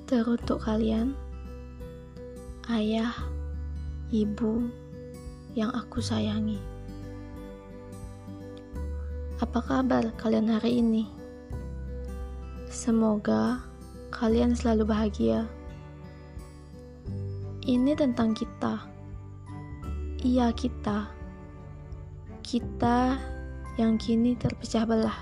Teruntuk kalian, ayah, ibu yang aku sayangi. Apa kabar kalian hari ini? Semoga kalian selalu bahagia. Ini tentang kita. Iya, kita. Kita yang kini terpecah belah.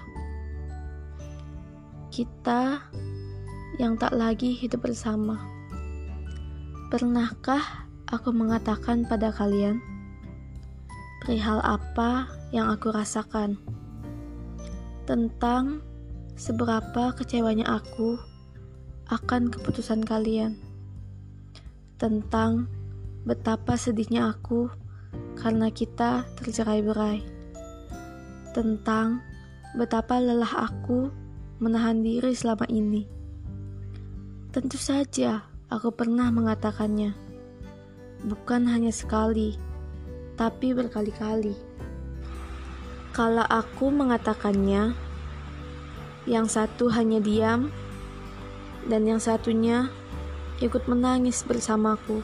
Kita yang tak lagi hidup bersama. Pernahkah aku mengatakan pada kalian perihal apa yang aku rasakan, tentang seberapa kecewanya aku akan keputusan kalian, tentang betapa sedihnya aku karena kita tercerai-berai, tentang betapa lelah aku menahan diri selama ini. Tentu saja aku pernah mengatakannya, bukan hanya sekali, tapi berkali-kali. Kala aku mengatakannya, yang satu hanya diam, dan yang satunya ikut menangis bersamaku.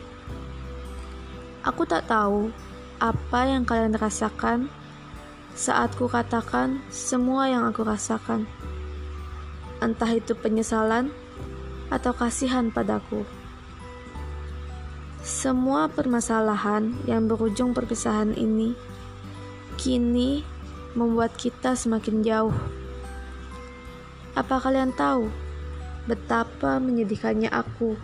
Aku tak tahu apa yang kalian rasakan saat ku katakan semua yang aku rasakan. Entah itu penyesalan atau kasihan padaku. Semua permasalahan yang berujung perpisahan ini kini membuat kita semakin jauh. Apa kalian tahu betapa menyedihkannya aku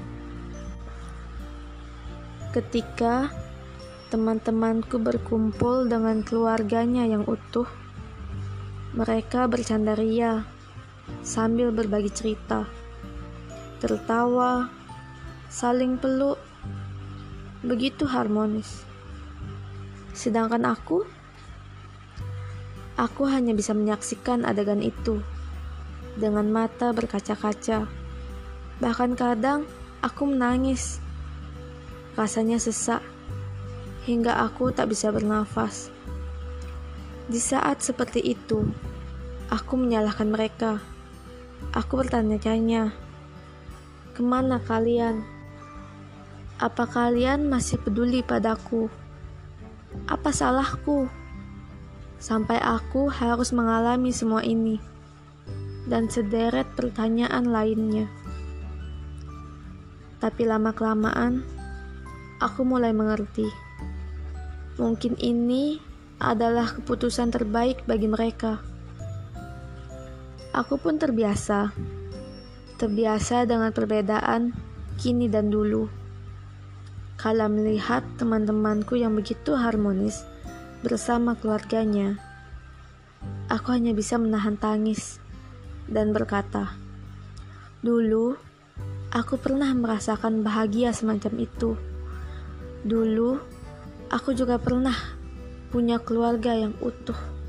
ketika teman-temanku berkumpul dengan keluarganya yang utuh? Mereka bercanda ria sambil berbagi cerita, tertawa, saling peluk, begitu harmonis. Sedangkan aku hanya bisa menyaksikan adegan itu dengan mata berkaca-kaca. Bahkan kadang aku menangis. Rasanya sesak hingga aku tak bisa bernafas. Di saat seperti itu, aku menyalahkan mereka. Aku bertanya-tanya, kemana kalian? Apa kalian masih peduli padaku? Apa salahku sampai aku harus mengalami semua ini? Dan sederet pertanyaan lainnya. Tapi lama-kelamaan, aku mulai mengerti. Mungkin ini adalah keputusan terbaik bagi mereka. Aku pun terbiasa dengan perbedaan kini dan dulu. Kala melihat teman-temanku yang begitu harmonis bersama keluarganya, aku hanya bisa menahan tangis dan berkata, dulu aku pernah merasakan bahagia semacam itu. Dulu aku juga pernah punya keluarga yang utuh.